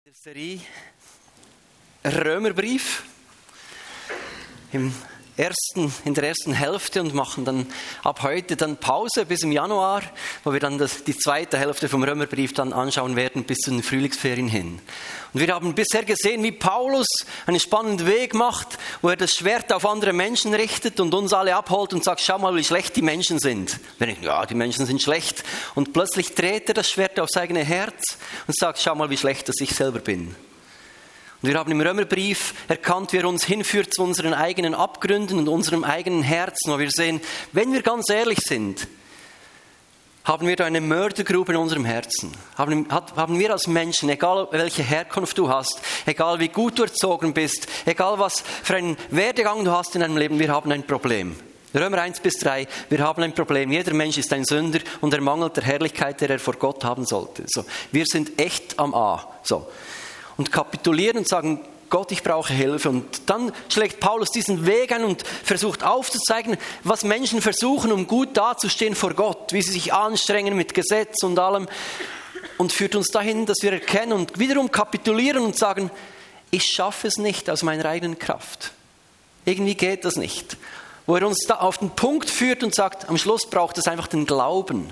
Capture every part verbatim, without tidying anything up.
der Serie Römerbrief im ersten, in der ersten Hälfte und machen dann ab heute dann Pause bis im Januar, wo wir dann das, die zweite Hälfte vom Römerbrief dann anschauen werden bis zu den Frühlingsferien hin. Und wir haben bisher gesehen, wie Paulus einen spannenden Weg macht, wo er das Schwert auf andere Menschen richtet und uns alle abholt und sagt, schau mal, wie schlecht die Menschen sind. Wir denken, ja, die Menschen sind schlecht. Und plötzlich dreht er das Schwert aufs eigene Herz und sagt, schau mal, wie schlecht dass ich selber bin. Und wir haben im Römerbrief erkannt, wie er uns hinführt zu unseren eigenen Abgründen und unserem eigenen Herzen, wo wir sehen, wenn wir ganz ehrlich sind, haben wir da eine Mördergrube in unserem Herzen. Haben, haben wir als Menschen, egal welche Herkunft du hast, egal wie gut du erzogen bist, egal was für einen Werdegang du hast in deinem Leben, wir haben ein Problem. Römer eins bis drei, wir haben ein Problem. Jeder Mensch ist ein Sünder und er mangelt der Herrlichkeit, der er vor Gott haben sollte. So, wir sind echt am A. So. Und kapitulieren und sagen, Gott, ich brauche Hilfe. Und dann schlägt Paulus diesen Weg ein und versucht aufzuzeigen, was Menschen versuchen, um gut dazustehen vor Gott, wie sie sich anstrengen mit Gesetz und allem, und führt uns dahin, dass wir erkennen und wiederum kapitulieren und sagen, ich schaffe es nicht aus meiner eigenen Kraft. Irgendwie geht das nicht. Wo er uns da auf den Punkt führt und sagt, am Schluss braucht es einfach den Glauben.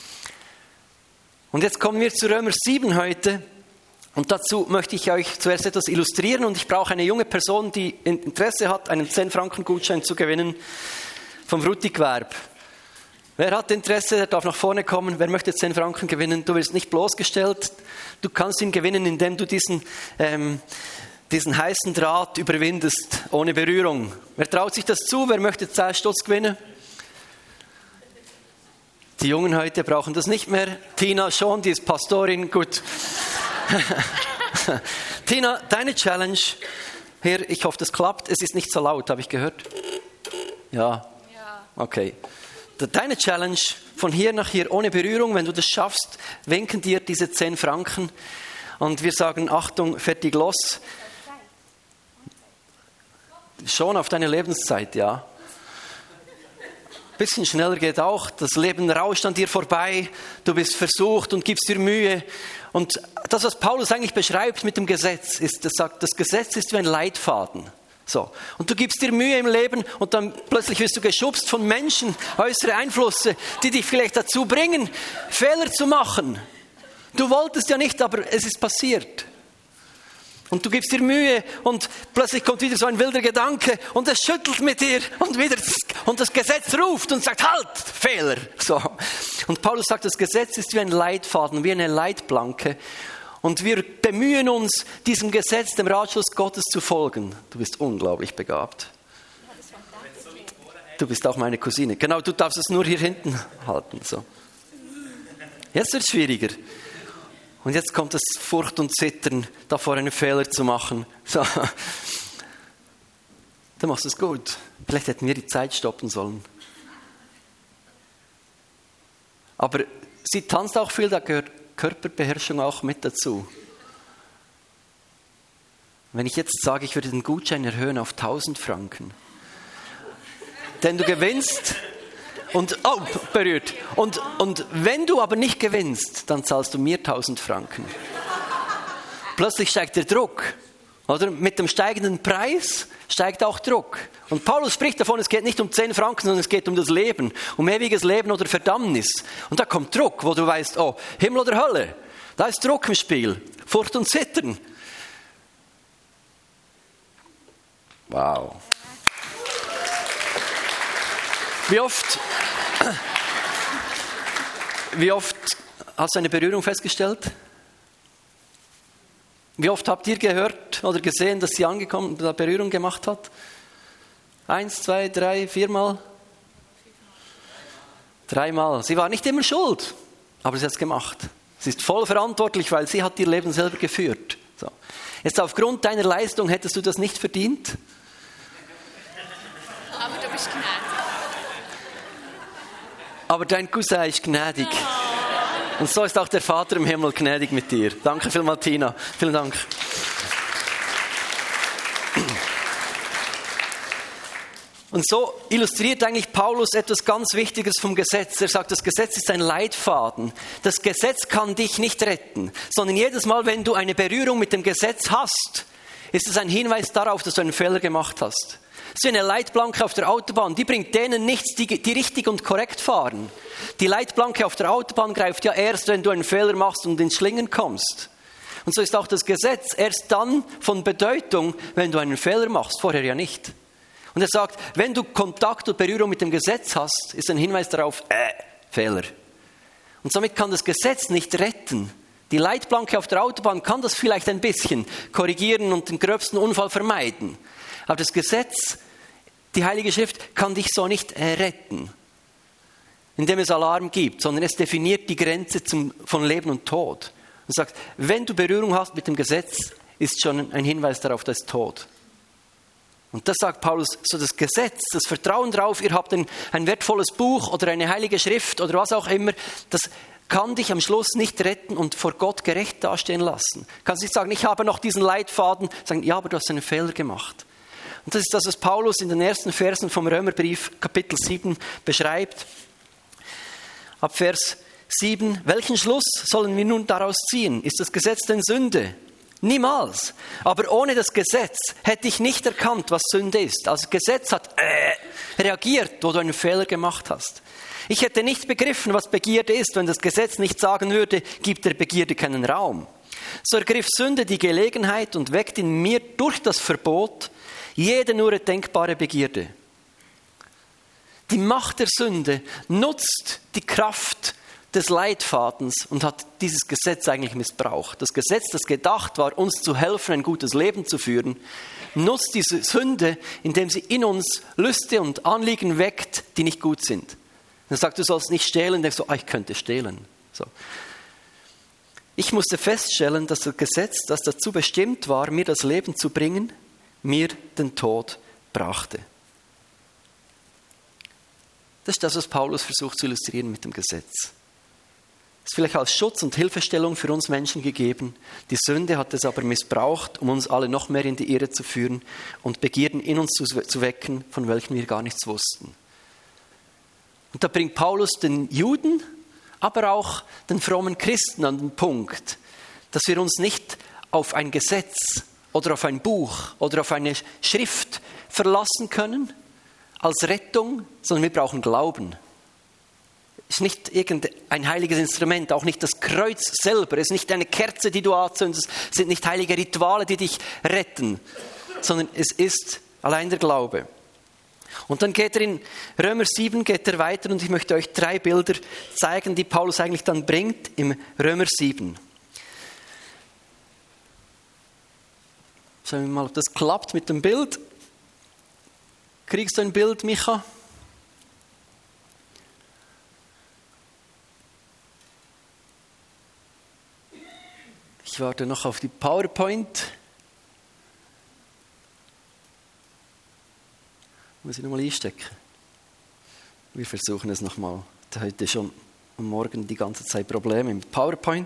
Und jetzt kommen wir zu Römer sieben heute. Und dazu möchte ich euch zuerst etwas illustrieren und ich brauche eine junge Person, die Interesse hat, einen zehn Franken Gutschein zu gewinnen vom Ruti-Gewerb. Wer hat Interesse, der darf nach vorne kommen. Wer möchte zehn Franken gewinnen? Du wirst nicht bloßgestellt. Du kannst ihn gewinnen, indem du diesen, ähm, diesen heißen Draht überwindest, ohne Berührung. Wer traut sich das zu? Wer möchte zehn Stutz gewinnen? Die Jungen heute brauchen das nicht mehr. Tina schon, die ist Pastorin, gut. Tina, deine Challenge hier, ich hoffe, das klappt. Es ist nicht so laut, habe ich gehört? Ja? Ja. Okay. Deine Challenge von hier nach hier ohne Berührung, wenn du das schaffst, winken dir diese zehn Franken und wir sagen, Achtung, fertig, los. Schon auf deine Lebenszeit, ja. Ein bisschen schneller geht auch, das Leben rauscht an dir vorbei, du bist versucht und gibst dir Mühe. Und das, was Paulus eigentlich beschreibt mit dem Gesetz, ist, das sagt, das Gesetz ist wie ein Leitfaden. So. Und du gibst dir Mühe im Leben und dann plötzlich wirst du geschubst von Menschen, äußere Einflüsse, die dich vielleicht dazu bringen, Fehler zu machen. Du wolltest ja nicht, aber es ist passiert. Und du gibst dir Mühe und plötzlich kommt wieder so ein wilder Gedanke und es schüttelt mit dir und wieder und das Gesetz ruft und sagt, halt, Fehler. So. Und Paulus sagt, das Gesetz ist wie ein Leitfaden, wie eine Leitplanke. Und wir bemühen uns, diesem Gesetz, dem Ratschluss Gottes zu folgen. Du bist unglaublich begabt. Du bist auch meine Cousine. Genau, du darfst es nur hier hinten halten. So. Jetzt wird es schwieriger. Und jetzt kommt das Furcht und Zittern, davor einen Fehler zu machen. So. Du machst es gut. Vielleicht hätten wir die Zeit stoppen sollen. Aber sie tanzt auch viel, da gehört Körperbeherrschung auch mit dazu. Wenn ich jetzt sage, ich würde den Gutschein erhöhen auf tausend Franken, denn du gewinnst und, oh, berührt. Und, und wenn du aber nicht gewinnst, dann zahlst du mir tausend Franken. Plötzlich steigt der Druck. Oder? Mit dem steigenden Preis steigt auch Druck. Und Paulus spricht davon, es geht nicht um zehn Franken, sondern es geht um das Leben. Um ewiges Leben oder Verdammnis. Und da kommt Druck, wo du weißt, oh, Himmel oder Hölle. Da ist Druck im Spiel. Furcht und Zittern. Wow. Wie oft, wie oft hast du eine Berührung festgestellt? Wie oft habt ihr gehört oder gesehen, dass sie angekommen, eine Berührung gemacht hat? Eins, zwei, drei, viermal? Dreimal. Sie war nicht immer schuld, aber sie hat es gemacht. Sie ist voll verantwortlich, weil sie hat ihr Leben selber geführt. So. Jetzt aufgrund deiner Leistung hättest du das nicht verdient. Aber du bist gnädig. Aber dein Cousin ist gnädig. Und so ist auch der Vater im Himmel gnädig mit dir. Danke vielmals, Tina. Vielen Dank. Und so illustriert eigentlich Paulus etwas ganz Wichtiges vom Gesetz. Er sagt, das Gesetz ist ein Leitfaden. Das Gesetz kann dich nicht retten, sondern jedes Mal, wenn du eine Berührung mit dem Gesetz hast, ist es ein Hinweis darauf, dass du einen Fehler gemacht hast. Es ist wie eine Leitplanke auf der Autobahn, die bringt denen nichts, die, die richtig und korrekt fahren. Die Leitplanke auf der Autobahn greift ja erst, wenn du einen Fehler machst und ins Schlingern kommst. Und so ist auch das Gesetz erst dann von Bedeutung, wenn du einen Fehler machst, vorher ja nicht. Und er sagt, wenn du Kontakt und Berührung mit dem Gesetz hast, ist ein Hinweis darauf, äh, Fehler. Und somit kann das Gesetz nicht retten. Die Leitplanke auf der Autobahn kann das vielleicht ein bisschen korrigieren und den gröbsten Unfall vermeiden. Aber das Gesetz, die Heilige Schrift, kann dich so nicht retten, indem es Alarm gibt, sondern es definiert die Grenze zum, von Leben und Tod. Und sagt, wenn du Berührung hast mit dem Gesetz, ist schon ein Hinweis darauf, das ist Tod. Und das sagt Paulus, so das Gesetz, das Vertrauen darauf, ihr habt ein, ein wertvolles Buch oder eine heilige Schrift oder was auch immer, das kann dich am Schluss nicht retten und vor Gott gerecht dastehen lassen. Du kannst nicht sagen, ich habe noch diesen Leitfaden, sagen, ja, aber du hast einen Fehler gemacht. Und das ist das, was Paulus in den ersten Versen vom Römerbrief, Kapitel sieben, beschreibt. Ab Vers sieben, welchen Schluss sollen wir nun daraus ziehen? Ist das Gesetz denn Sünde? Niemals. Aber ohne das Gesetz hätte ich nicht erkannt, was Sünde ist. Also das Gesetz hat äh, reagiert, wo du einen Fehler gemacht hast. Ich hätte nicht begriffen, was Begierde ist, wenn das Gesetz nicht sagen würde, gibt der Begierde keinen Raum. So ergriff Sünde die Gelegenheit und weckt in mir durch das Verbot jede nur denkbare Begierde. Die Macht der Sünde nutzt die Kraft des Leitfadens und hat dieses Gesetz eigentlich missbraucht. Das Gesetz, das gedacht war, uns zu helfen, ein gutes Leben zu führen, nutzt diese Sünde, indem sie in uns Lüste und Anliegen weckt, die nicht gut sind. Dann sagt, du sollst nicht stehlen, denkst du, ah, ich könnte stehlen. So. Ich musste feststellen, dass das Gesetz, das dazu bestimmt war, mir das Leben zu bringen, mir den Tod brachte. Das ist das, was Paulus versucht zu illustrieren mit dem Gesetz. Es ist vielleicht als Schutz und Hilfestellung für uns Menschen gegeben. Die Sünde hat es aber missbraucht, um uns alle noch mehr in die Irre zu führen und Begierden in uns zu, zu wecken, von welchen wir gar nichts wussten. Und da bringt Paulus den Juden, aber auch den frommen Christen an den Punkt, dass wir uns nicht auf ein Gesetz oder auf ein Buch oder auf eine Schrift verlassen können als Rettung, sondern wir brauchen Glauben. Es ist nicht irgendein heiliges Instrument, auch nicht das Kreuz selber, es ist nicht eine Kerze, die du anzündest, es sind nicht heilige Rituale, die dich retten, sondern es ist allein der Glaube. Und dann geht er in Römer sieben geht er weiter und ich möchte euch drei Bilder zeigen, die Paulus eigentlich dann bringt im Römer sieben. Schauen wir mal, ob das klappt mit dem Bild. Kriegst du ein Bild, Micha? Ich warte noch auf die PowerPoint. Muss ich nochmal einstecken? Wir versuchen es nochmal. Heute schon am Morgen die ganze Zeit Probleme mit PowerPoint.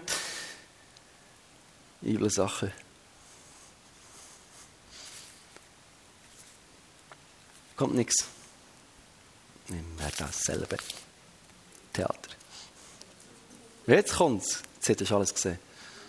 Üble Sache. Kommt nichts. Nehmen wir dasselbe. Theater. Jetzt kommt's. Jetzt hättest du alles gesehen.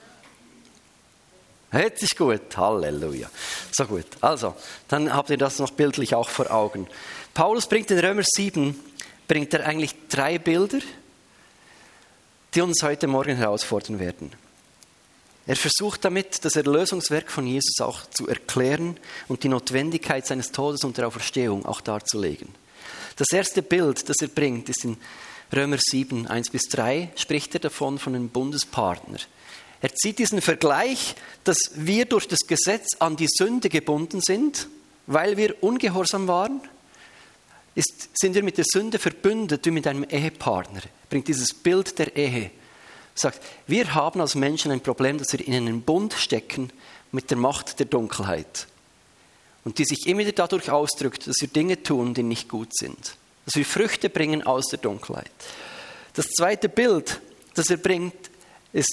Jetzt ist gut. Halleluja. So gut. Also, dann habt ihr das noch bildlich auch vor Augen. Paulus bringt in Römer sieben, bringt er eigentlich drei Bilder, die uns heute Morgen herausfordern werden. Er versucht damit, das Erlösungswerk von Jesus auch zu erklären und die Notwendigkeit seines Todes und der Auferstehung auch darzulegen. Das erste Bild, das er bringt, ist in Römer sieben, eins bis drei, spricht er davon von einem Bundespartner. Er zieht diesen Vergleich, dass wir durch das Gesetz an die Sünde gebunden sind, weil wir ungehorsam waren, ist, sind wir mit der Sünde verbündet wie mit einem Ehepartner. Er bringt dieses Bild der Ehe. Sagt, wir haben als Menschen ein Problem, dass wir in einen Bund stecken mit der Macht der Dunkelheit. Und die sich immer wieder dadurch ausdrückt, dass wir Dinge tun, die nicht gut sind. Dass wir Früchte bringen aus der Dunkelheit. Das zweite Bild, das er bringt, ist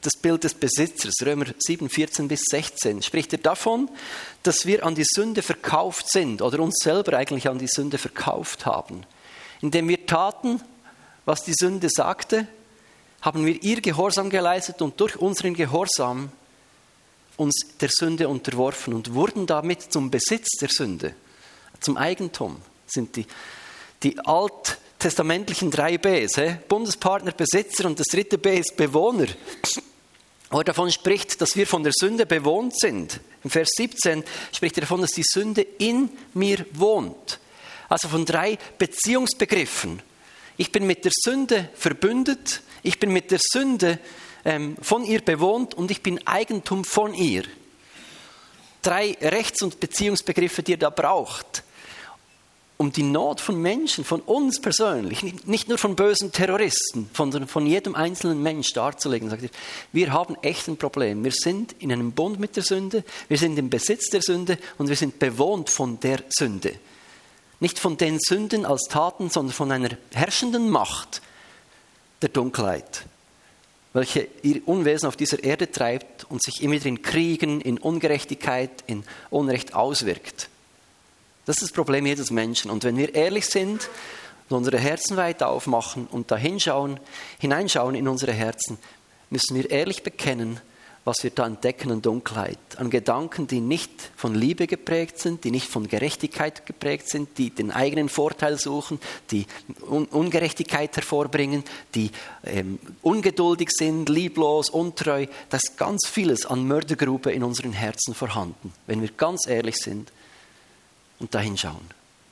das Bild des Besitzers, Römer sieben, vierzehn bis sechzehn, spricht er davon, dass wir an die Sünde verkauft sind oder uns selber eigentlich an die Sünde verkauft haben. Indem wir taten, was die Sünde sagte, haben wir ihr Gehorsam geleistet und durch unseren Gehorsam uns der Sünde unterworfen und wurden damit zum Besitz der Sünde, zum Eigentum. Das sind die, die alttestamentlichen drei Bs, he? Bundespartner, Besitzer und das dritte B ist Bewohner. Wo er davon spricht, dass wir von der Sünde bewohnt sind. Im Vers siebzehn spricht er davon, dass die Sünde in mir wohnt. Also von drei Beziehungsbegriffen. Ich bin mit der Sünde verbündet, ich bin mit der Sünde ähm, von ihr bewohnt und ich bin Eigentum von ihr. Drei Rechts- und Beziehungsbegriffe, die er da braucht, um die Not von Menschen, von uns persönlich, nicht nur von bösen Terroristen, sondern von jedem einzelnen Mensch darzulegen. Sagt er, wir haben echt ein Problem. Wir sind in einem Bund mit der Sünde, wir sind im Besitz der Sünde und wir sind bewohnt von der Sünde. Nicht von den Sünden als Taten, sondern von einer herrschenden Macht der Dunkelheit, welche ihr Unwesen auf dieser Erde treibt und sich immer wieder in Kriegen, in Ungerechtigkeit, in Unrecht auswirkt. Das ist das Problem jedes Menschen. Und wenn wir ehrlich sind und unsere Herzen weit aufmachen und da hinschauen, hineinschauen in unsere Herzen, müssen wir ehrlich bekennen, was wir da entdecken an Dunkelheit, an Gedanken, die nicht von Liebe geprägt sind, die nicht von Gerechtigkeit geprägt sind, die den eigenen Vorteil suchen, die Un- Ungerechtigkeit hervorbringen, die ähm, ungeduldig sind, lieblos, untreu. Da ist ganz vieles an Mördergrube in unseren Herzen vorhanden, wenn wir ganz ehrlich sind und da hinschauen.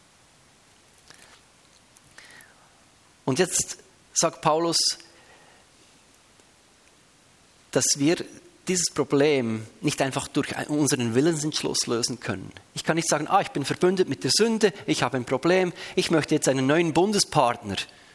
Und jetzt sagt Paulus, dass wir dieses Problem nicht einfach durch unseren Willensentschluss lösen können. Ich kann nicht sagen, ah, ich bin verbündet mit der Sünde, ich habe ein Problem, ich möchte jetzt einen neuen Bundespartner.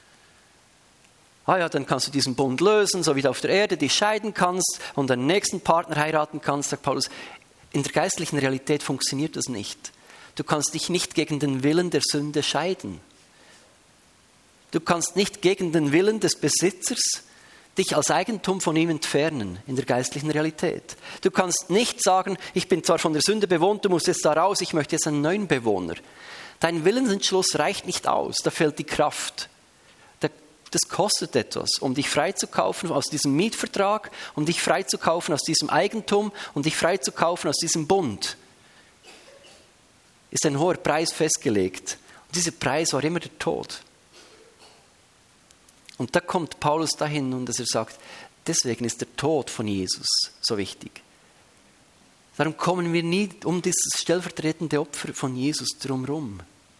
Ah ja, dann kannst du diesen Bund lösen, so wie du auf der Erde dich scheiden kannst und einen nächsten Partner heiraten kannst, sagt Paulus. In der geistlichen Realität funktioniert das nicht. Du kannst dich nicht gegen den Willen der Sünde scheiden. Du kannst nicht gegen den Willen des Besitzers dich als Eigentum von ihm entfernen in der geistlichen Realität. Du kannst nicht sagen, ich bin zwar von der Sünde bewohnt, du musst jetzt da raus, ich möchte jetzt einen neuen Bewohner. Dein Willensentschluss reicht nicht aus, da fehlt die Kraft. Das kostet etwas, um dich freizukaufen aus diesem Mietvertrag, um dich freizukaufen aus diesem Eigentum, um dich freizukaufen aus diesem Bund. Ist ein hoher Preis festgelegt. Und dieser Preis war immer der Tod. Und da kommt Paulus dahin und dass er sagt, deswegen ist der Tod von Jesus so wichtig. Darum kommen wir nie um dieses stellvertretende Opfer von Jesus drumherum.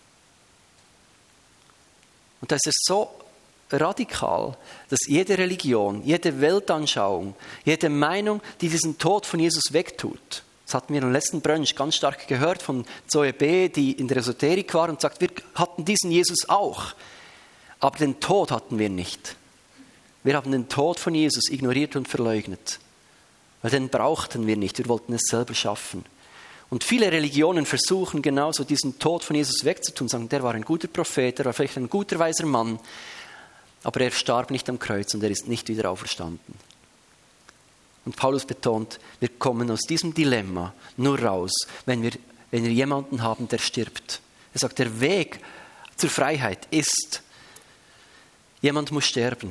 Und da ist es so radikal, dass jede Religion, jede Weltanschauung, jede Meinung, die diesen Tod von Jesus wegtut. Das hatten wir im letzten Brunch ganz stark gehört von Zoe B., die in der Esoterik war und sagt, wir hatten diesen Jesus auch. Aber den Tod hatten wir nicht. Wir haben den Tod von Jesus ignoriert und verleugnet. Weil den brauchten wir nicht, wir wollten es selber schaffen. Und viele Religionen versuchen genauso diesen Tod von Jesus wegzutun, sagen, der war ein guter Prophet, der war vielleicht ein guter, weiser Mann, aber er starb nicht am Kreuz und er ist nicht wieder auferstanden. Und Paulus betont, wir kommen aus diesem Dilemma nur raus, wenn wir, wenn wir jemanden haben, der stirbt. Er sagt, der Weg zur Freiheit ist, jemand muss sterben.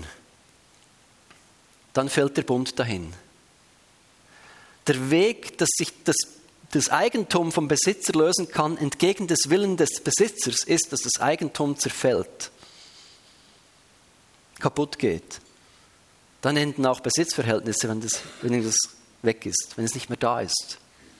Dann fällt der Bund dahin. Der Weg, dass sich das, das Eigentum vom Besitzer lösen kann, entgegen des Willens des Besitzers, ist, dass das Eigentum zerfällt, kaputt geht. Dann enden auch Besitzverhältnisse, wenn das, wenn das weg ist, wenn es nicht mehr da ist.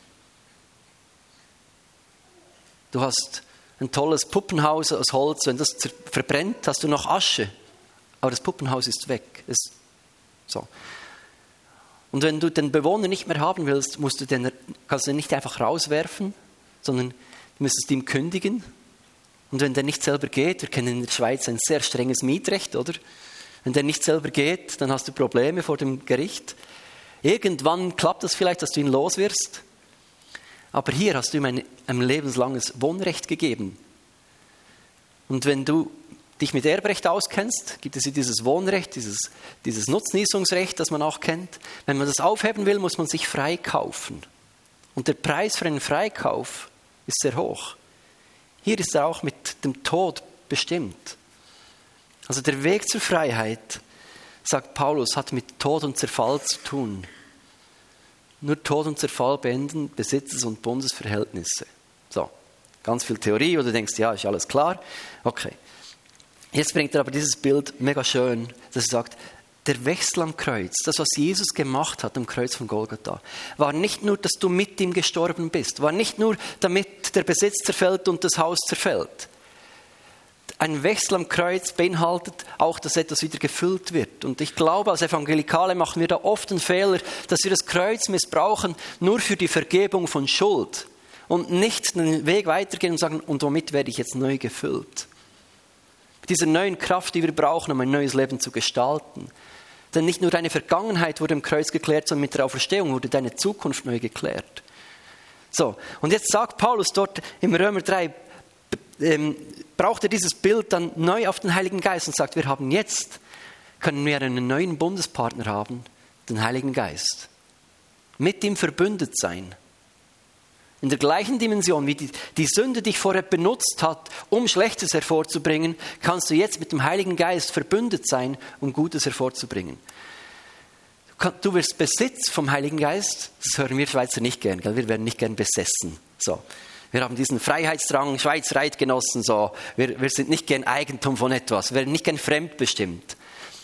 Du hast ein tolles Puppenhaus aus Holz, wenn das verbrennt, hast du noch Asche. Aber das Puppenhaus ist weg. Ist so. Und wenn du den Bewohner nicht mehr haben willst, musst du den, kannst du den nicht einfach rauswerfen, sondern du müsstest ihm kündigen. Und wenn der nicht selber geht, wir kennen in der Schweiz ein sehr strenges Mietrecht, oder? Wenn der nicht selber geht, dann hast du Probleme vor dem Gericht. Irgendwann klappt das vielleicht, dass du ihn los wirst. Aber hier hast du ihm ein, ein lebenslanges Wohnrecht gegeben. Und wenn du dich mit Erbrecht auskennst, gibt es hier dieses Wohnrecht, dieses, dieses Nutznießungsrecht, das man auch kennt. Wenn man das aufheben will, muss man sich freikaufen. Und der Preis für einen Freikauf ist sehr hoch. Hier ist er auch mit dem Tod bestimmt. Also der Weg zur Freiheit, sagt Paulus, hat mit Tod und Zerfall zu tun. Nur Tod und Zerfall beenden Besitzes- und Bundesverhältnisse. So, ganz viel Theorie, oder du denkst, ja, ist alles klar. Okay. Jetzt bringt er aber dieses Bild mega schön, dass er sagt, der Wechsel am Kreuz, das, was Jesus gemacht hat am Kreuz von Golgatha, war nicht nur, dass du mit ihm gestorben bist, war nicht nur, damit der Besitz zerfällt und das Haus zerfällt. Ein Wechsel am Kreuz beinhaltet auch, dass etwas wieder gefüllt wird. Und ich glaube, als Evangelikale machen wir da oft einen Fehler, dass wir das Kreuz missbrauchen nur für die Vergebung von Schuld und nicht den Weg weitergehen und sagen, und womit werde ich jetzt neu gefüllt? Mit dieser neuen Kraft, die wir brauchen, um ein neues Leben zu gestalten. Denn nicht nur deine Vergangenheit wurde im Kreuz geklärt, sondern mit der Auferstehung wurde deine Zukunft neu geklärt. So, und jetzt sagt Paulus dort im Römer drei, ähm, braucht er dieses Bild dann neu auf den Heiligen Geist und sagt, wir haben jetzt, können wir einen neuen Bundespartner haben, den Heiligen Geist. Mit ihm verbündet sein. In der gleichen Dimension, wie die, die Sünde dich vorher benutzt hat, um Schlechtes hervorzubringen, kannst du jetzt mit dem Heiligen Geist verbündet sein, um Gutes hervorzubringen. Du wirst Besitz vom Heiligen Geist, das hören wir Schweizer nicht gern, gell? Wir werden nicht gern besessen. So. Wir haben diesen Freiheitsdrang, Schweizer Eidgenossen, so. Wir, wir sind nicht gern Eigentum von etwas, wir werden nicht gern fremdbestimmt.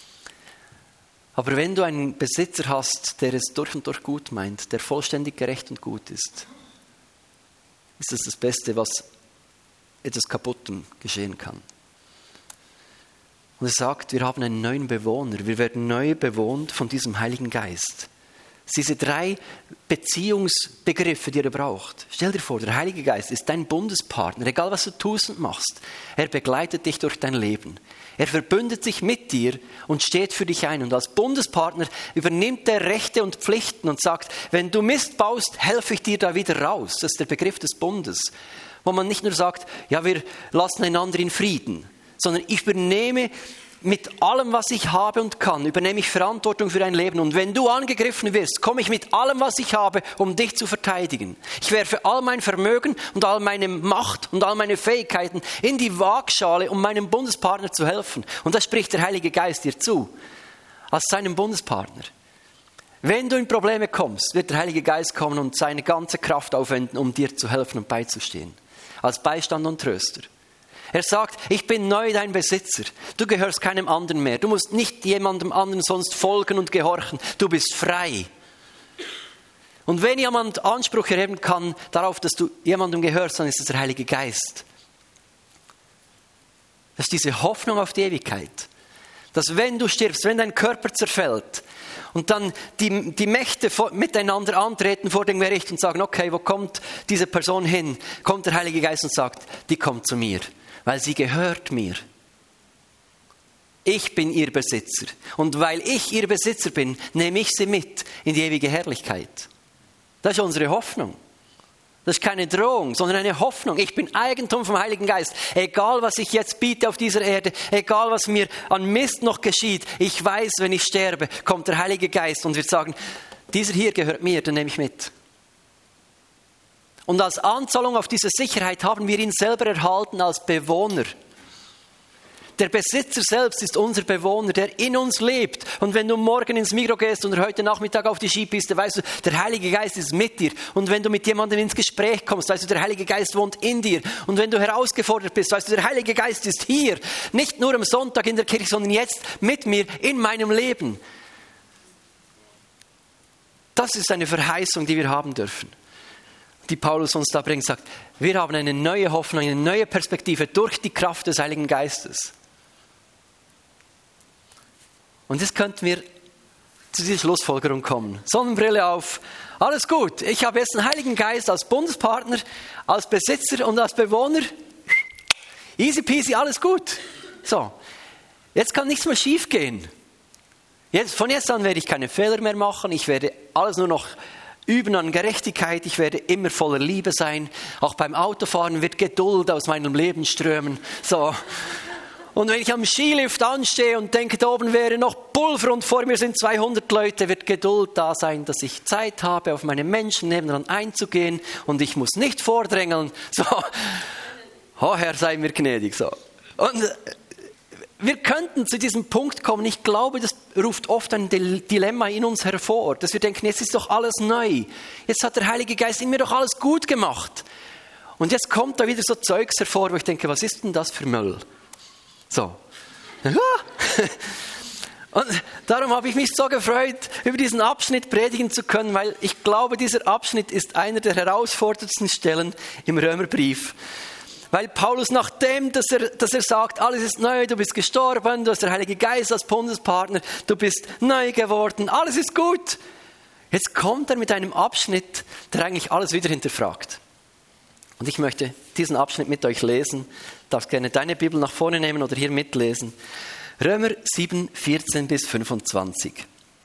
Aber wenn du einen Besitzer hast, der es durch und durch gut meint, der vollständig gerecht und gut ist, ist das das Beste, was etwas Kaputtem geschehen kann. Und er sagt, wir haben einen neuen Bewohner, wir werden neu bewohnt von diesem Heiligen Geist. Diese drei Beziehungsbegriffe, die er braucht. Stell dir vor, der Heilige Geist ist dein Bundespartner, egal was du tust und machst. Er begleitet dich durch dein Leben. Er verbündet sich mit dir und steht für dich ein. Und als Bundespartner übernimmt er Rechte und Pflichten und sagt, wenn du Mist baust, helfe ich dir da wieder raus. Das ist der Begriff des Bundes. Wo man nicht nur sagt, ja, wir lassen einander in Frieden, sondern ich übernehme mit allem, was ich habe und kann, übernehme ich Verantwortung für dein Leben. Und wenn du angegriffen wirst, komme ich mit allem, was ich habe, um dich zu verteidigen. Ich werfe all mein Vermögen und all meine Macht und all meine Fähigkeiten in die Waagschale, um meinem Bundespartner zu helfen. Und das spricht der Heilige Geist dir zu, als seinem Bundespartner. Wenn du in Probleme kommst, wird der Heilige Geist kommen und seine ganze Kraft aufwenden, um dir zu helfen und beizustehen. Als Beistand und Tröster. Er sagt, ich bin neu dein Besitzer. Du gehörst keinem anderen mehr. Du musst nicht jemandem anderen sonst folgen und gehorchen. Du bist frei. Und wenn jemand Anspruch erheben kann darauf, dass du jemandem gehörst, dann ist es der Heilige Geist. Das ist diese Hoffnung auf die Ewigkeit. Dass wenn du stirbst, wenn dein Körper zerfällt und dann die, die Mächte miteinander antreten vor dem Gericht und sagen, okay, wo kommt diese Person hin? Kommt der Heilige Geist und sagt, die kommt zu mir. Weil sie gehört mir. Ich bin ihr Besitzer. Und weil ich ihr Besitzer bin, nehme ich sie mit in die ewige Herrlichkeit. Das ist unsere Hoffnung. Das ist keine Drohung, sondern eine Hoffnung. Ich bin Eigentum vom Heiligen Geist. Egal, was ich jetzt biete auf dieser Erde, egal, was mir an Mist noch geschieht, ich weiß, wenn ich sterbe, kommt der Heilige Geist und wird sagen, dieser hier gehört mir, den nehme ich mit. Und als Anzahlung auf diese Sicherheit haben wir ihn selber erhalten als Bewohner. Der Besitzer selbst ist unser Bewohner, der in uns lebt. Und wenn du morgen ins Migros gehst oder heute Nachmittag auf die Skipiste, weißt du, der Heilige Geist ist mit dir. Und wenn du mit jemandem ins Gespräch kommst, weißt du, der Heilige Geist wohnt in dir. Und wenn du herausgefordert bist, weißt du, der Heilige Geist ist hier. Nicht nur am Sonntag in der Kirche, sondern jetzt mit mir in meinem Leben. Das ist eine Verheißung, die wir haben dürfen. Die Paulus uns da bringt, sagt, wir haben eine neue Hoffnung, eine neue Perspektive durch die Kraft des Heiligen Geistes. Und jetzt könnten wir zu dieser Schlussfolgerung kommen. Sonnenbrille auf, alles gut. Ich habe jetzt den Heiligen Geist als Bundespartner, als Besitzer und als Bewohner. Easy peasy, alles gut. So, jetzt kann nichts mehr schief gehen. Jetzt, von jetzt an werde ich keine Fehler mehr machen. Ich werde alles nur noch üben an Gerechtigkeit, ich werde immer voller Liebe sein. Auch beim Autofahren wird Geduld aus meinem Leben strömen. So. Und wenn ich am Skilift anstehe und denke, da oben wäre noch Pulver und vor mir sind zweihundert Leute, wird Geduld da sein, dass ich Zeit habe, auf meine Menschen nebenan einzugehen und ich muss nicht vordrängeln. So, oh Herr, sei mir gnädig. So. Und wir könnten zu diesem Punkt kommen. Ich glaube, das ruft oft ein Dilemma in uns hervor, dass wir denken, jetzt ist doch alles neu. Jetzt hat der Heilige Geist in mir doch alles gut gemacht. Und jetzt kommt da wieder so Zeugs hervor, wo ich denke, was ist denn das für Müll? So. Und darum habe ich mich so gefreut, über diesen Abschnitt predigen zu können, weil ich glaube, dieser Abschnitt ist einer der herausforderndsten Stellen im Römerbrief. Weil Paulus, nachdem, dass er, dass er sagt, alles ist neu, du bist gestorben, du hast der Heilige Geist als Bundespartner, du bist neu geworden, alles ist gut. Jetzt kommt er mit einem Abschnitt, der eigentlich alles wieder hinterfragt. Und ich möchte diesen Abschnitt mit euch lesen. Du darfst gerne deine Bibel nach vorne nehmen oder hier mitlesen. Römer sieben, vierzehn bis fünfundzwanzig.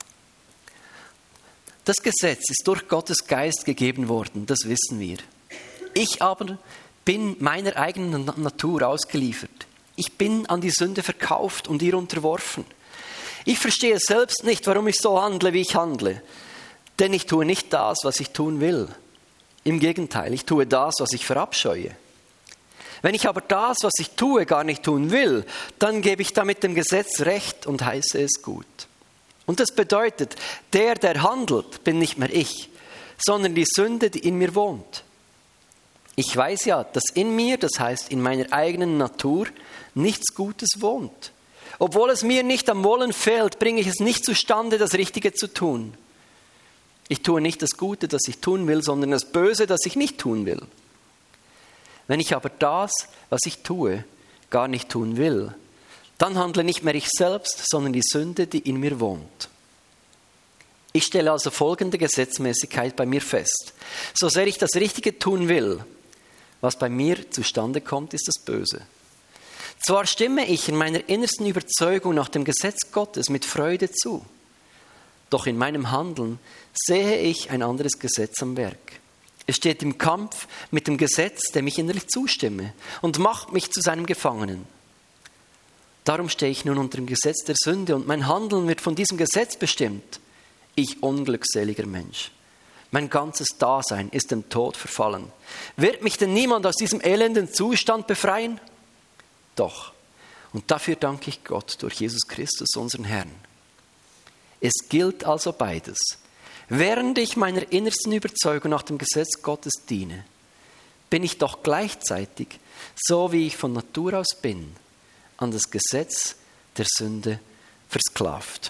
Das Gesetz ist durch Gottes Geist gegeben worden, das wissen wir. Ich aber bin meiner eigenen Natur ausgeliefert. Ich bin an die Sünde verkauft und ihr unterworfen. Ich verstehe selbst nicht, warum ich so handle, wie ich handle. Denn ich tue nicht das, was ich tun will. Im Gegenteil, ich tue das, was ich verabscheue. Wenn ich aber das, was ich tue, gar nicht tun will, dann gebe ich damit dem Gesetz Recht und heiße es gut. Und das bedeutet, der, der handelt, bin nicht mehr ich, sondern die Sünde, die in mir wohnt. Ich weiß ja, dass in mir, das heißt in meiner eigenen Natur, nichts Gutes wohnt. Obwohl es mir nicht am Wollen fehlt, bringe ich es nicht zustande, das Richtige zu tun. Ich tue nicht das Gute, das ich tun will, sondern das Böse, das ich nicht tun will. Wenn ich aber das, was ich tue, gar nicht tun will, dann handle nicht mehr ich selbst, sondern die Sünde, die in mir wohnt. Ich stelle also folgende Gesetzmäßigkeit bei mir fest. So sehr ich das Richtige tun will, was bei mir zustande kommt, ist das Böse. Zwar stimme ich in meiner innersten Überzeugung nach dem Gesetz Gottes mit Freude zu, doch in meinem Handeln sehe ich ein anderes Gesetz am Werk. Es steht im Kampf mit dem Gesetz, dem ich innerlich zustimme, und macht mich zu seinem Gefangenen. Darum stehe ich nun unter dem Gesetz der Sünde und mein Handeln wird von diesem Gesetz bestimmt. Ich unglückseliger Mensch. Mein ganzes Dasein ist dem Tod verfallen. Wird mich denn niemand aus diesem elenden Zustand befreien? Doch. Und dafür danke ich Gott durch Jesus Christus, unseren Herrn. Es gilt also beides. Während ich meiner innersten Überzeugung nach dem Gesetz Gottes diene, bin ich doch gleichzeitig, so wie ich von Natur aus bin, an das Gesetz der Sünde versklavt.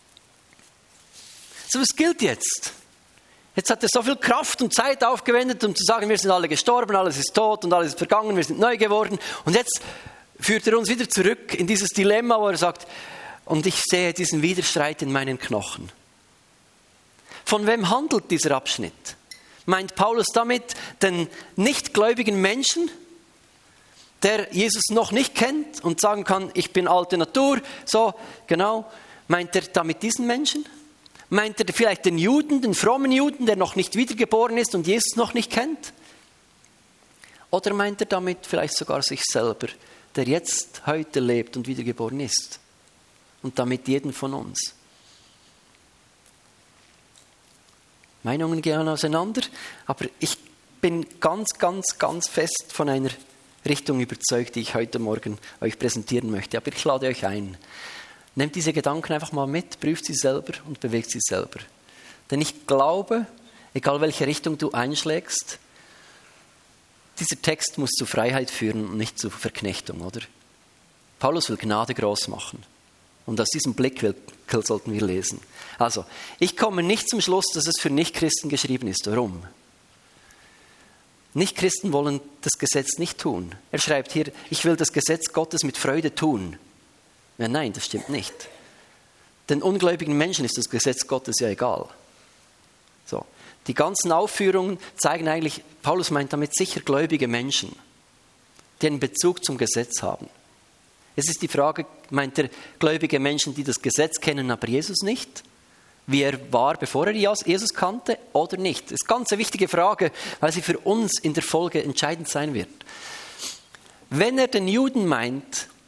So, was gilt jetzt? Jetzt hat er so viel Kraft und Zeit aufgewendet, um zu sagen, wir sind alle gestorben, alles ist tot und alles ist vergangen, wir sind neu geworden. Und jetzt führt er uns wieder zurück in dieses Dilemma, wo er sagt, und ich sehe diesen Widerstreit in meinen Knochen. Von wem handelt dieser Abschnitt? Meint Paulus damit den nichtgläubigen Menschen, der Jesus noch nicht kennt und sagen kann, ich bin alte Natur, so, genau. Meint er damit diesen Menschen? Meint er vielleicht den Juden, den frommen Juden, der noch nicht wiedergeboren ist und Jesus noch nicht kennt? Oder meint er damit vielleicht sogar sich selber, der jetzt heute lebt und wiedergeboren ist? Und damit jeden von uns. Meinungen gehen auseinander, aber ich bin ganz, ganz, ganz fest von einer Richtung überzeugt, die ich heute Morgen euch präsentieren möchte. Aber ich lade euch ein. Nehmt diese Gedanken einfach mal mit, prüft sie selber und bewegt sie selber. Denn ich glaube, egal welche Richtung du einschlägst, dieser Text muss zu Freiheit führen und nicht zu Verknechtung, oder? Paulus will Gnade groß machen. Und aus diesem Blickwinkel sollten wir lesen. Also, ich komme nicht zum Schluss, dass es für Nichtchristen geschrieben ist. Warum? Nichtchristen wollen das Gesetz nicht tun. Er schreibt hier, ich will das Gesetz Gottes mit Freude tun. Ja, nein, das stimmt nicht. Den ungläubigen Menschen ist das Gesetz Gottes ja egal. So. Die ganzen Aufführungen zeigen eigentlich, Paulus meint damit sicher gläubige Menschen, die einen Bezug zum Gesetz haben. Es ist die Frage, meint er gläubige Menschen, die das Gesetz kennen, aber Jesus nicht? Wie er war, bevor er Jesus kannte, oder nicht? Das ist eine ganz wichtige Frage, weil sie für uns in der Folge entscheidend sein wird. Wenn er den Juden meint,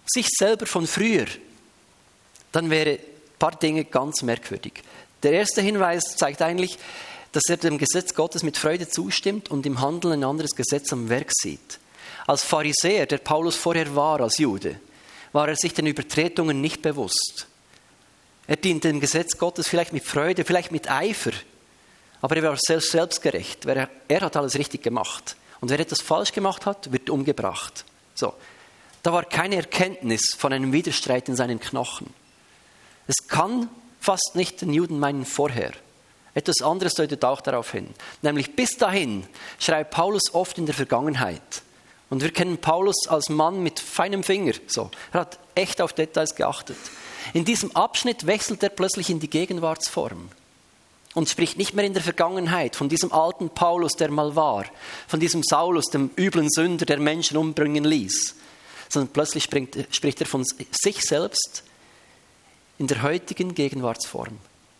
sich selber von früher, dann wäre ein paar Dinge ganz merkwürdig. Der erste Hinweis zeigt eigentlich, dass er dem Gesetz Gottes mit Freude zustimmt und im Handeln ein anderes Gesetz am Werk sieht. Als Pharisäer, der Paulus vorher war als Jude, war er sich den Übertretungen nicht bewusst. Er diente dem Gesetz Gottes vielleicht mit Freude, vielleicht mit Eifer, aber er war selbst selbstgerecht. Er, er hat alles richtig gemacht. Und wer etwas falsch gemacht hat, wird umgebracht. So. Da war keine Erkenntnis von einem Widerstreit in seinen Knochen. Es kann fast nicht den Juden meinen vorher. Etwas anderes deutet auch darauf hin. Nämlich bis dahin schreibt Paulus oft in der Vergangenheit. Und wir kennen Paulus als Mann mit feinem Finger. So. Er hat echt auf Details geachtet. In diesem Abschnitt wechselt er plötzlich in die Gegenwartsform und spricht nicht mehr in der Vergangenheit von diesem alten Paulus, der mal war, von diesem Saulus, dem üblen Sünder, der Menschen umbringen ließ, sondern plötzlich spricht, spricht er von sich selbst in der heutigen Gegenwartsform.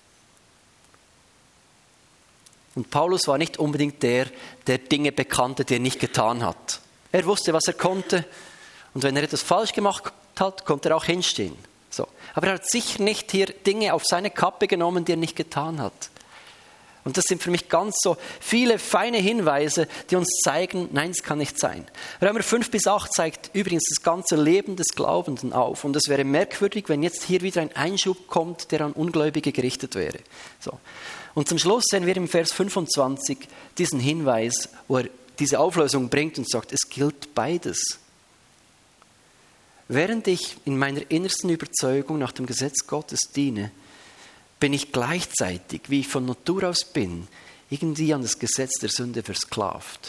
Und Paulus war nicht unbedingt der, der Dinge bekannte, die er nicht getan hat. Er wusste, was er konnte, und wenn er etwas falsch gemacht hat, konnte er auch hinstehen. So. Aber er hat sicher nicht hier Dinge auf seine Kappe genommen, die er nicht getan hat. Und das sind für mich ganz so viele feine Hinweise, die uns zeigen, nein, es kann nicht sein. Römer fünf bis acht zeigt übrigens das ganze Leben des Glaubenden auf. Und es wäre merkwürdig, wenn jetzt hier wieder ein Einschub kommt, der an Ungläubige gerichtet wäre. So. Und zum Schluss sehen wir im Vers fünfundzwanzig diesen Hinweis, wo er diese Auflösung bringt und sagt, es gilt beides. Während ich in meiner innersten Überzeugung nach dem Gesetz Gottes diene, bin ich gleichzeitig, wie ich von Natur aus bin, irgendwie an das Gesetz der Sünde versklavt.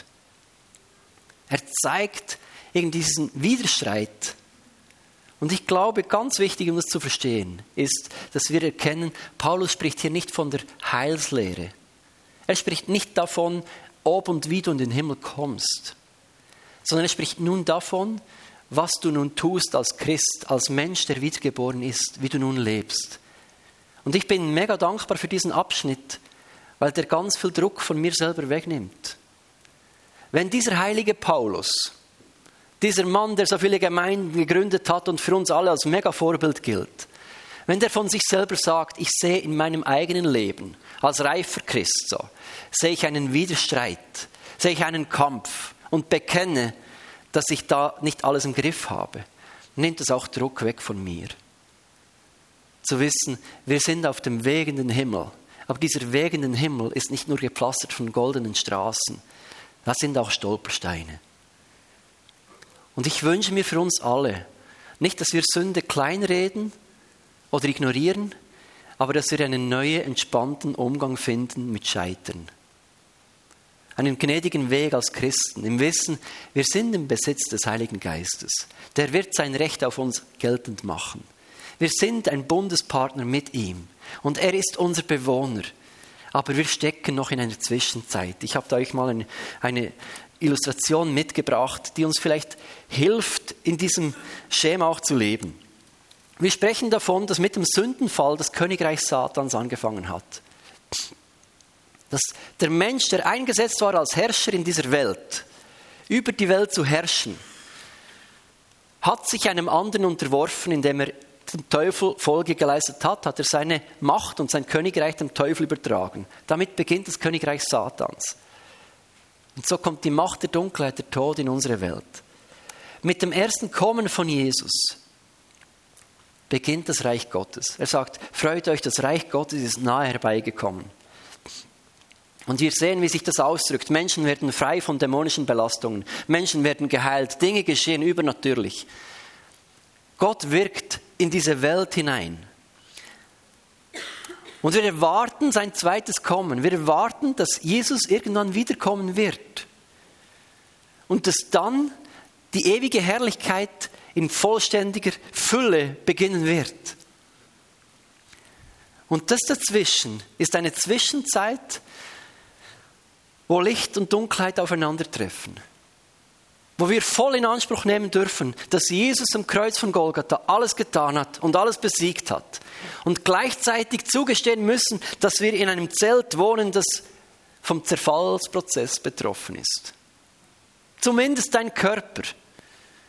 Er zeigt irgendwie diesen Widerstreit. Und ich glaube, ganz wichtig, um das zu verstehen, ist, dass wir erkennen, Paulus spricht hier nicht von der Heilslehre. Er spricht nicht davon, ob und wie du in den Himmel kommst, sondern er spricht nun davon, was du nun tust als Christ, als Mensch, der wiedergeboren ist, wie du nun lebst. Und ich bin mega dankbar für diesen Abschnitt, weil der ganz viel Druck von mir selber wegnimmt. Wenn dieser heilige Paulus, dieser Mann, der so viele Gemeinden gegründet hat und für uns alle als mega Vorbild gilt, wenn der von sich selber sagt, ich sehe in meinem eigenen Leben, als reifer Christ so, sehe ich einen Widerstreit, sehe ich einen Kampf und bekenne, dass ich da nicht alles im Griff habe, nimmt es auch Druck weg von mir. Zu wissen, wir sind auf dem Weg in den Himmel, aber dieser Weg in den Himmel ist nicht nur gepflastert von goldenen Straßen, das sind auch Stolpersteine. Und ich wünsche mir für uns alle, nicht, dass wir Sünde kleinreden oder ignorieren, aber dass wir einen neuen, entspannten Umgang finden mit Scheitern. Einen gnädigen Weg als Christen, im Wissen, wir sind im Besitz des Heiligen Geistes. Der wird sein Recht auf uns geltend machen. Wir sind ein Bundespartner mit ihm und er ist unser Bewohner. Aber wir stecken noch in einer Zwischenzeit. Ich habe da euch mal eine, eine Illustration mitgebracht, die uns vielleicht hilft, in diesem Schema auch zu leben. Wir sprechen davon, dass mit dem Sündenfall das Königreich Satans angefangen hat. Dass der Mensch, der eingesetzt war als Herrscher in dieser Welt, über die Welt zu herrschen, hat sich einem anderen unterworfen, indem er dem Teufel Folge geleistet hat, hat er seine Macht und sein Königreich dem Teufel übertragen. Damit beginnt das Königreich Satans. Und so kommt die Macht der Dunkelheit, der Tod in unsere Welt. Mit dem ersten Kommen von Jesus beginnt das Reich Gottes. Er sagt, freut euch, das Reich Gottes ist nahe herbeigekommen. Und wir sehen, wie sich das ausdrückt. Menschen werden frei von dämonischen Belastungen. Menschen werden geheilt. Dinge geschehen übernatürlich. Gott wirkt in diese Welt hinein. Und wir erwarten sein zweites Kommen. Wir erwarten, dass Jesus irgendwann wiederkommen wird. Und dass dann die ewige Herrlichkeit in vollständiger Fülle beginnen wird. Und das dazwischen ist eine Zwischenzeit, wo Licht und Dunkelheit aufeinandertreffen. Wo wir voll in Anspruch nehmen dürfen, dass Jesus am Kreuz von Golgatha alles getan hat und alles besiegt hat. Und gleichzeitig zugestehen müssen, dass wir in einem Zelt wohnen, das vom Zerfallsprozess betroffen ist. Zumindest dein Körper.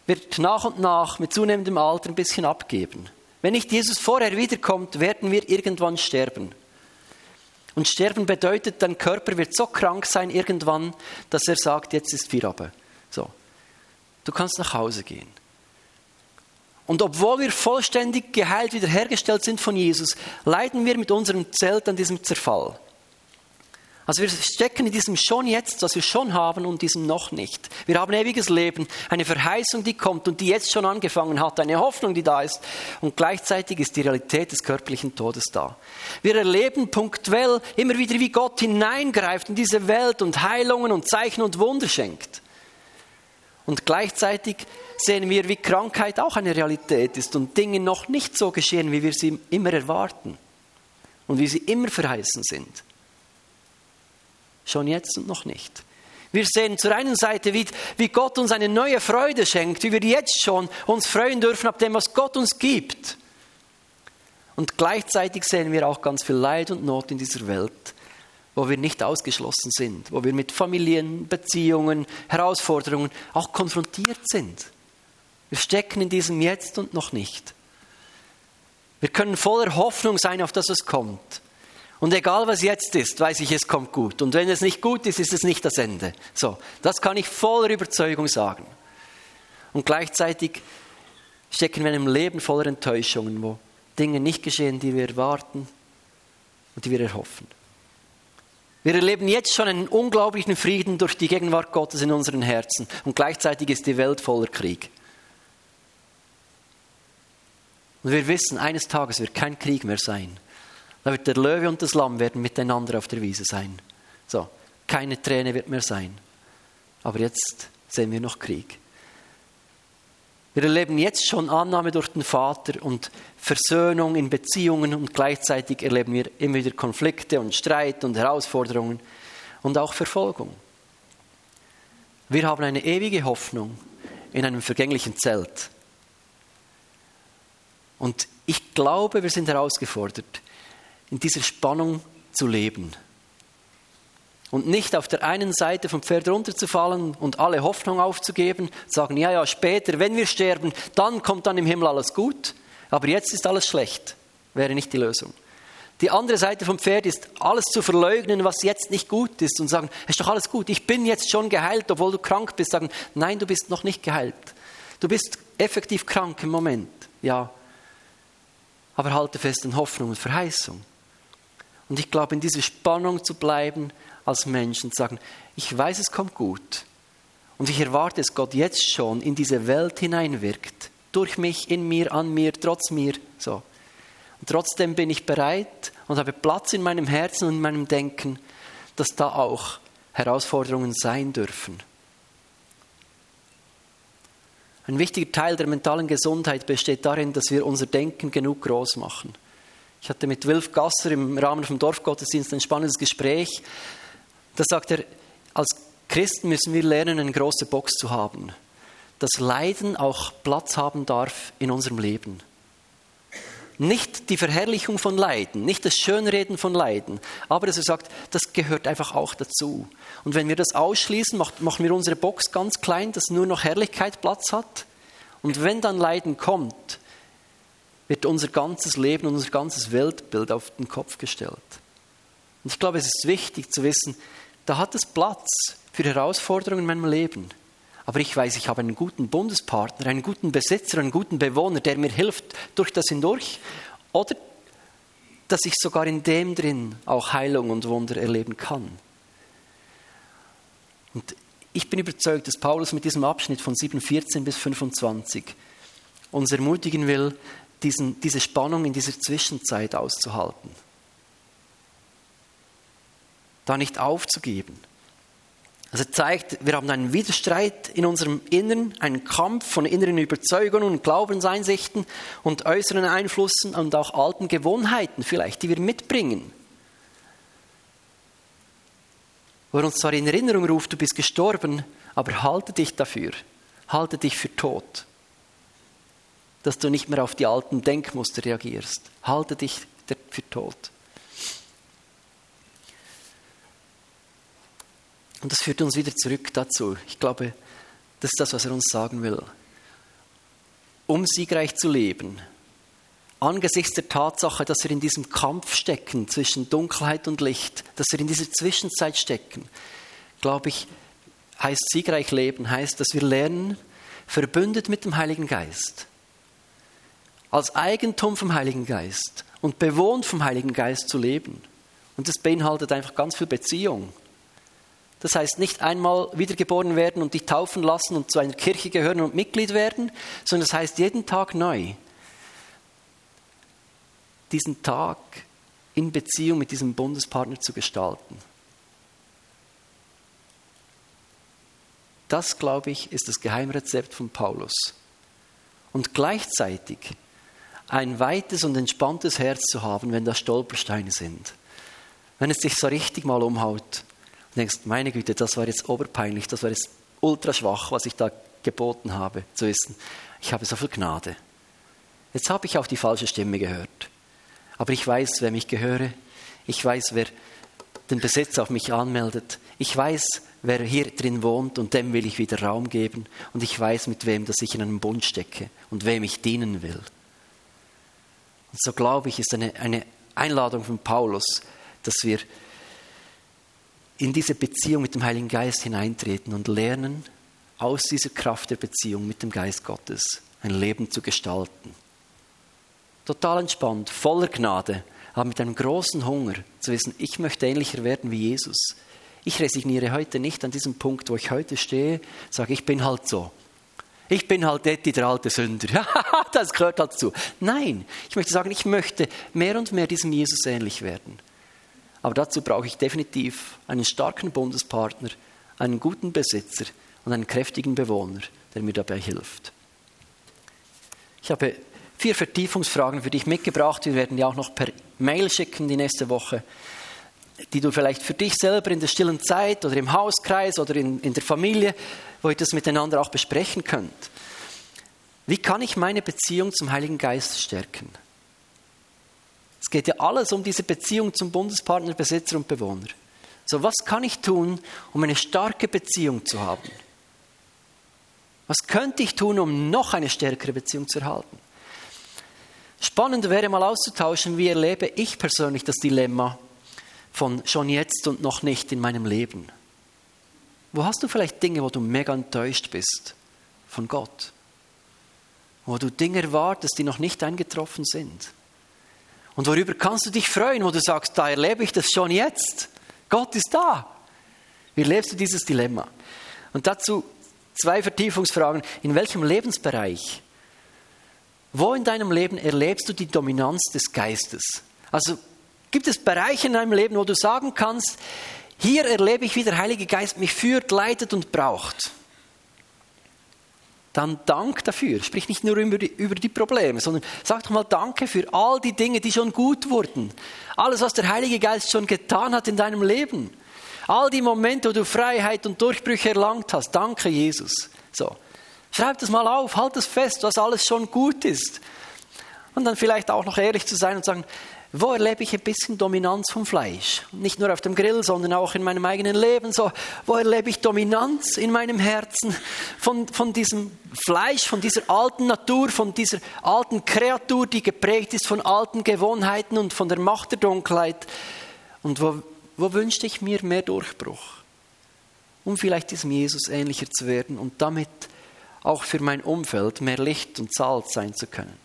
wird nach und nach mit zunehmendem Alter ein bisschen abgeben. Wenn nicht Jesus vorher wiederkommt, werden wir irgendwann sterben. Und sterben bedeutet, dein Körper wird so krank sein irgendwann, dass er sagt, jetzt ist Feierabend. So. Du kannst nach Hause gehen. Und obwohl wir vollständig geheilt wiederhergestellt sind von Jesus, leiden wir mit unserem Zelt an diesem Zerfall. Also wir stecken in diesem schon jetzt, was wir schon haben, und diesem noch nicht. Wir haben ewiges Leben, eine Verheißung, die kommt und die jetzt schon angefangen hat, eine Hoffnung, die da ist. Und gleichzeitig ist die Realität des körperlichen Todes da. Wir erleben punktuell immer wieder, wie Gott hineingreift in diese Welt und Heilungen und Zeichen und Wunder schenkt. Und gleichzeitig sehen wir, wie Krankheit auch eine Realität ist und Dinge noch nicht so geschehen, wie wir sie immer erwarten und wie sie immer verheißen sind. Schon jetzt und noch nicht. Wir sehen zur einen Seite, wie, wie Gott uns eine neue Freude schenkt, wie wir jetzt schon uns freuen dürfen ab dem, was Gott uns gibt. Und gleichzeitig sehen wir auch ganz viel Leid und Not in dieser Welt, wo wir nicht ausgeschlossen sind, wo wir mit Familien, Beziehungen, Herausforderungen auch konfrontiert sind. Wir stecken in diesem Jetzt und noch nicht. Wir können voller Hoffnung sein auf das, was kommt. Und egal was jetzt ist, weiß ich, es kommt gut. Und wenn es nicht gut ist, ist es nicht das Ende. So, das kann ich voller Überzeugung sagen. Und gleichzeitig stecken wir in einem Leben voller Enttäuschungen, wo Dinge nicht geschehen, die wir erwarten und die wir erhoffen. Wir erleben jetzt schon einen unglaublichen Frieden durch die Gegenwart Gottes in unseren Herzen. Und gleichzeitig ist die Welt voller Krieg. Und wir wissen, eines Tages wird kein Krieg mehr sein. Da wird der Löwe und das Lamm werden miteinander auf der Wiese sein. So, keine Träne wird mehr sein. Aber jetzt sehen wir noch Krieg. Wir erleben jetzt schon Annahme durch den Vater und Versöhnung in Beziehungen und gleichzeitig erleben wir immer wieder Konflikte und Streit und Herausforderungen und auch Verfolgung. Wir haben eine ewige Hoffnung in einem vergänglichen Zelt. Und ich glaube, wir sind herausgefordert, in dieser Spannung zu leben. Und nicht auf der einen Seite vom Pferd runterzufallen und alle Hoffnung aufzugeben, sagen, ja, ja, später, wenn wir sterben, dann kommt dann im Himmel alles gut. Aber jetzt ist alles schlecht, wäre nicht die Lösung. Die andere Seite vom Pferd ist, alles zu verleugnen, was jetzt nicht gut ist und sagen, ist doch alles gut, ich bin jetzt schon geheilt, obwohl du krank bist. Sagen, nein, du bist noch nicht geheilt. Du bist effektiv krank im Moment, ja. Aber halte fest an Hoffnung und Verheißung. Und ich glaube, in dieser Spannung zu bleiben als Menschen, zu sagen, ich weiß, es kommt gut. Und ich erwarte, dass Gott jetzt schon in diese Welt hineinwirkt. Durch mich, in mir, an mir, trotz mir. So. Und trotzdem bin ich bereit und habe Platz in meinem Herzen und in meinem Denken, dass da auch Herausforderungen sein dürfen. Ein wichtiger Teil der mentalen Gesundheit besteht darin, dass wir unser Denken genug groß machen. Ich hatte mit Wilf Gasser im Rahmen vom Dorfgottesdienst ein spannendes Gespräch. Da sagt er, als Christen müssen wir lernen, eine große Box zu haben. Dass Leiden auch Platz haben darf in unserem Leben. Nicht die Verherrlichung von Leiden, nicht das Schönreden von Leiden, aber dass er sagt, das gehört einfach auch dazu. Und wenn wir das ausschließen, machen wir unsere Box ganz klein, dass nur noch Herrlichkeit Platz hat. Und wenn dann Leiden kommt, wird unser ganzes Leben, unser ganzes Weltbild auf den Kopf gestellt. Und ich glaube, es ist wichtig zu wissen, da hat es Platz für Herausforderungen in meinem Leben. Aber ich weiß, ich habe einen guten Bundespartner, einen guten Besitzer, einen guten Bewohner, der mir hilft durch das hindurch. Oder dass ich sogar in dem drin auch Heilung und Wunder erleben kann. Und ich bin überzeugt, dass Paulus mit diesem Abschnitt von sieben, vierzehn bis fünfundzwanzig uns ermutigen will, diesen, diese Spannung in dieser Zwischenzeit auszuhalten. Da nicht aufzugeben. Also zeigt, wir haben einen Widerstreit in unserem Inneren, einen Kampf von inneren Überzeugungen und Glaubenseinsichten und äußeren Einflüssen und auch alten Gewohnheiten vielleicht, die wir mitbringen. Wo er uns zwar in Erinnerung ruft, du bist gestorben, aber halte dich dafür, halte dich für tot, dass du nicht mehr auf die alten Denkmuster reagierst. Halte dich für tot. Und das führt uns wieder zurück dazu. Ich glaube, das ist das, was er uns sagen will. um siegreich zu leben, angesichts der Tatsache, dass wir in diesem Kampf stecken zwischen Dunkelheit und Licht, dass wir in dieser Zwischenzeit stecken, glaube ich, heißt siegreich leben, heißt, dass wir lernen, verbündet mit dem Heiligen Geist, als Eigentum vom Heiligen Geist und bewohnt vom Heiligen Geist zu leben. Und das beinhaltet einfach ganz viel Beziehung. Das heißt nicht einmal wiedergeboren werden und dich taufen lassen und zu einer Kirche gehören und Mitglied werden, sondern das heißt jeden Tag neu, diesen Tag in Beziehung mit diesem Bundespartner zu gestalten. Das, glaube ich, ist das Geheimrezept von Paulus. Und gleichzeitig ein weites und entspanntes Herz zu haben, wenn da Stolpersteine sind. Wenn es dich so richtig mal umhaut und denkst, meine Güte, das war jetzt oberpeinlich, das war jetzt ultra schwach, was ich da geboten habe, zu wissen, ich habe so viel Gnade. Jetzt habe ich auch die falsche Stimme gehört. Aber ich weiß, wer mich gehöre. Ich weiß, wer den Besitz auf mich anmeldet. Ich weiß, wer hier drin wohnt und dem will ich wieder Raum geben. Und ich weiß, mit wem dass ich in einem Bund stecke und wem ich dienen will. Und so glaube ich, ist eine, eine Einladung von Paulus, dass wir in diese Beziehung mit dem Heiligen Geist hineintreten und lernen, aus dieser Kraft der Beziehung mit dem Geist Gottes ein Leben zu gestalten. Total entspannt, voller Gnade, aber mit einem großen Hunger zu wissen, ich möchte ähnlicher werden wie Jesus. Ich resigniere heute nicht an diesem Punkt, wo ich heute stehe, sage, ich bin halt so. Ich bin halt Detti, der alte Sünder. Das gehört halt dazu. Nein, ich möchte sagen, ich möchte mehr und mehr diesem Jesus ähnlich werden. Aber dazu brauche ich definitiv einen starken Bundespartner, einen guten Besitzer und einen kräftigen Bewohner, der mir dabei hilft. Ich habe vier Vertiefungsfragen für dich mitgebracht. Wir werden die auch noch per Mail schicken die nächste Woche, die du vielleicht für dich selber in der stillen Zeit oder im Hauskreis oder in, in der Familie, wo ihr das miteinander auch besprechen könnt. Wie kann ich meine Beziehung zum Heiligen Geist stärken? Es geht ja alles um diese Beziehung zum Bundespartner, Besitzer und Bewohner. So, was kann ich tun, um eine starke Beziehung zu haben? Was könnte ich tun, um noch eine stärkere Beziehung zu erhalten? Spannend wäre mal auszutauschen, wie erlebe ich persönlich das Dilemma von schon jetzt und noch nicht in meinem Leben. Wo hast du vielleicht Dinge, wo du mega enttäuscht bist von Gott? Wo du Dinge erwartest, die noch nicht eingetroffen sind? Und worüber kannst du dich freuen, wo du sagst, da erlebe ich das schon jetzt. Gott ist da. Wie erlebst du dieses Dilemma? Und dazu zwei Vertiefungsfragen. In welchem Lebensbereich, wo in deinem Leben erlebst du die Dominanz des Geistes? Also gibt es Bereiche in deinem Leben, wo du sagen kannst, hier erlebe ich, wie der Heilige Geist mich führt, leitet und braucht? Dann Dank dafür. Sprich nicht nur über die, über die Probleme, sondern sag doch mal Danke für all die Dinge, die schon gut wurden. Alles, was der Heilige Geist schon getan hat in deinem Leben. All die Momente, wo du Freiheit und Durchbrüche erlangt hast. Danke, Jesus. So. Schreib das mal auf, halt das fest, was alles schon gut ist. Und dann vielleicht auch noch ehrlich zu sein und sagen, wo erlebe ich ein bisschen Dominanz vom Fleisch? Nicht nur auf dem Grill, sondern auch in meinem eigenen Leben. So, wo erlebe ich Dominanz in meinem Herzen von, von diesem Fleisch, von dieser alten Natur, von dieser alten Kreatur, die geprägt ist von alten Gewohnheiten und von der Macht der Dunkelheit? Und wo, wo wünschte ich mir mehr Durchbruch? Um vielleicht diesem Jesus ähnlicher zu werden und damit auch für mein Umfeld mehr Licht und Salz sein zu können.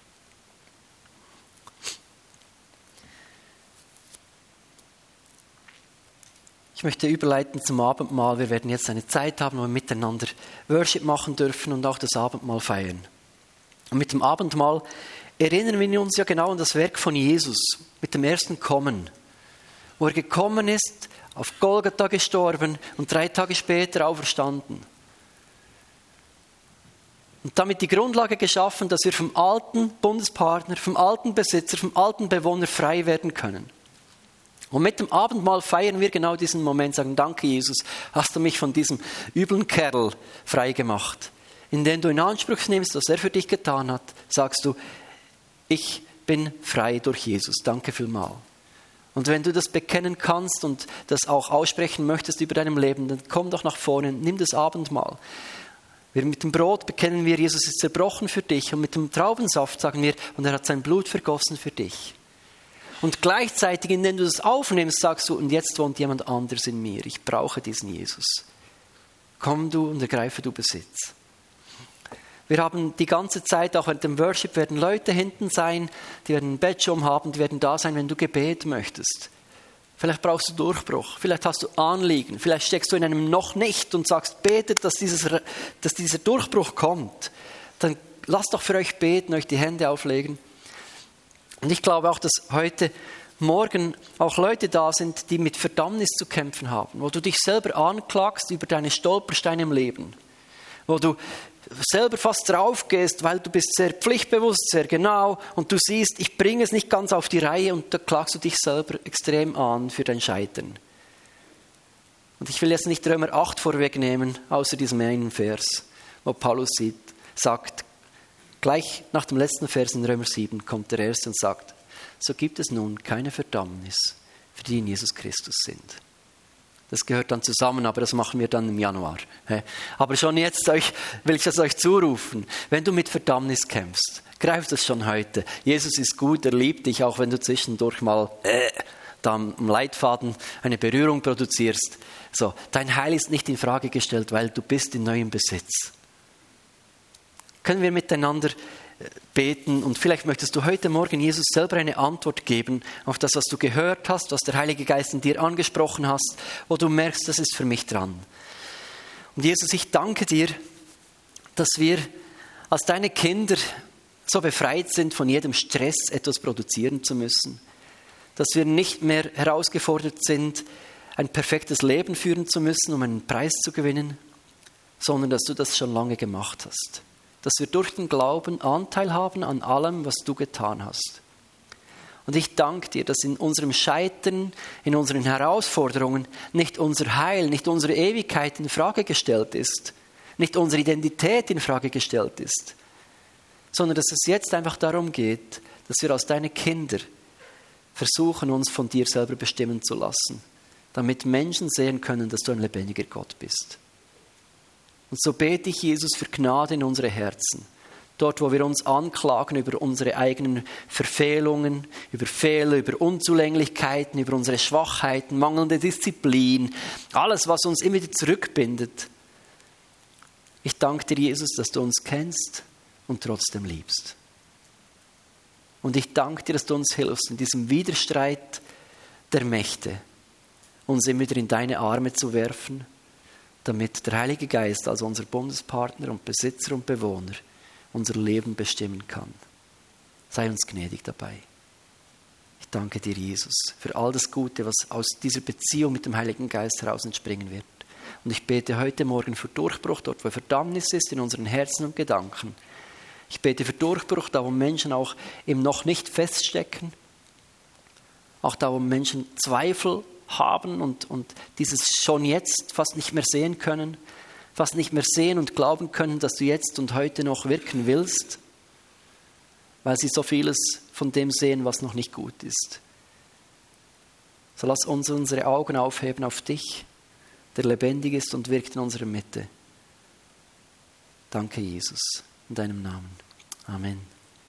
Ich möchte überleiten zum Abendmahl. Wir werden jetzt eine Zeit haben, wo wir miteinander Worship machen dürfen und auch das Abendmahl feiern. Und mit dem Abendmahl erinnern wir uns ja genau an das Werk von Jesus mit dem ersten Kommen, wo er gekommen ist, auf Golgatha gestorben und drei Tage später auferstanden. Und damit die Grundlage geschaffen, dass wir vom alten Bundespartner, vom alten Besitzer, vom alten Bewohner frei werden können. Und mit dem Abendmahl feiern wir genau diesen Moment, sagen, danke Jesus, hast du mich von diesem üblen Kerl frei gemacht. Indem du in Anspruch nimmst, was er für dich getan hat, sagst du, ich bin frei durch Jesus, danke vielmals. Und wenn du das bekennen kannst und das auch aussprechen möchtest über deinem Leben, dann komm doch nach vorne, nimm das Abendmahl. Wir mit dem Brot bekennen wir, Jesus ist zerbrochen für dich. Und mit dem Traubensaft sagen wir, und er hat sein Blut vergossen für dich. Und gleichzeitig, indem du das aufnimmst, sagst du, und jetzt wohnt jemand anders in mir. Ich brauche diesen Jesus. Komm du und ergreife du Besitz. Wir haben die ganze Zeit, auch während dem Worship, werden Leute hinten sein, die werden ein Bettschirm haben, die werden da sein, wenn du Gebet möchtest. Vielleicht brauchst du Durchbruch, vielleicht hast du Anliegen, vielleicht steckst du in einem noch nicht und sagst, betet, dass, dieses, dass dieser Durchbruch kommt. Dann lasst doch für euch beten, euch die Hände auflegen. Und ich glaube auch, dass heute Morgen auch Leute da sind, die mit Verdammnis zu kämpfen haben, wo du dich selber anklagst über deine Stolpersteine im Leben, wo du selber fast drauf gehst, weil du bist sehr pflichtbewusst, sehr genau und du siehst, ich bringe es nicht ganz auf die Reihe und da klagst du dich selber extrem an für dein Scheitern. Und ich will jetzt nicht Römer acht vorwegnehmen, außer diesem einen Vers, wo Paulus sieht, sagt, gleich nach dem letzten Vers in Römer sieben kommt der Erste und sagt, so gibt es nun keine Verdammnis für die in Jesus Christus sind. Das gehört dann zusammen, aber das machen wir dann im Januar. Aber schon jetzt euch, will ich das euch zurufen. Wenn du mit Verdammnis kämpfst, greif das schon heute. Jesus ist gut, er liebt dich, auch wenn du zwischendurch mal äh, da am Leitfaden eine Berührung produzierst. So, dein Heil ist nicht in Frage gestellt, weil du bist in neuem Besitz. Können wir miteinander beten und vielleicht möchtest du heute Morgen Jesus selber eine Antwort geben auf das, was du gehört hast, was der Heilige Geist in dir angesprochen hast, wo du merkst, das ist für mich dran. Und Jesus, ich danke dir, dass wir als deine Kinder so befreit sind von jedem Stress, etwas produzieren zu müssen, dass wir nicht mehr herausgefordert sind, ein perfektes Leben führen zu müssen, um einen Preis zu gewinnen, sondern dass du das schon lange gemacht hast. Dass wir durch den Glauben Anteil haben an allem, was du getan hast. Und ich danke dir, dass in unserem Scheitern, in unseren Herausforderungen nicht unser Heil, nicht unsere Ewigkeit in Frage gestellt ist, nicht unsere Identität in Frage gestellt ist, sondern dass es jetzt einfach darum geht, dass wir als deine Kinder versuchen, uns von dir selber bestimmen zu lassen, damit Menschen sehen können, dass du ein lebendiger Gott bist. Und so bete ich, Jesus, für Gnade in unsere Herzen. Dort, wo wir uns anklagen über unsere eigenen Verfehlungen, über Fehler, über Unzulänglichkeiten, über unsere Schwachheiten, mangelnde Disziplin, alles, was uns immer wieder zurückbindet. Ich danke dir, Jesus, dass du uns kennst und trotzdem liebst. Und ich danke dir, dass du uns hilfst, in diesem Widerstreit der Mächte, uns immer wieder in deine Arme zu werfen, damit der Heilige Geist als unser Bundespartner und Besitzer und Bewohner unser Leben bestimmen kann. Sei uns gnädig dabei. Ich danke dir, Jesus, für all das Gute, was aus dieser Beziehung mit dem Heiligen Geist heraus entspringen wird. Und ich bete heute Morgen für Durchbruch, dort wo Verdammnis ist, in unseren Herzen und Gedanken. Ich bete für Durchbruch, da wo Menschen auch im noch nicht feststecken, auch da wo Menschen Zweifel haben und, und dieses schon jetzt fast nicht mehr sehen können, fast nicht mehr sehen und glauben können, dass du jetzt und heute noch wirken willst, weil sie so vieles von dem sehen, was noch nicht gut ist. So lass uns unsere Augen aufheben auf dich, der lebendig ist und wirkt in unserer Mitte. Danke, Jesus, in deinem Namen. Amen.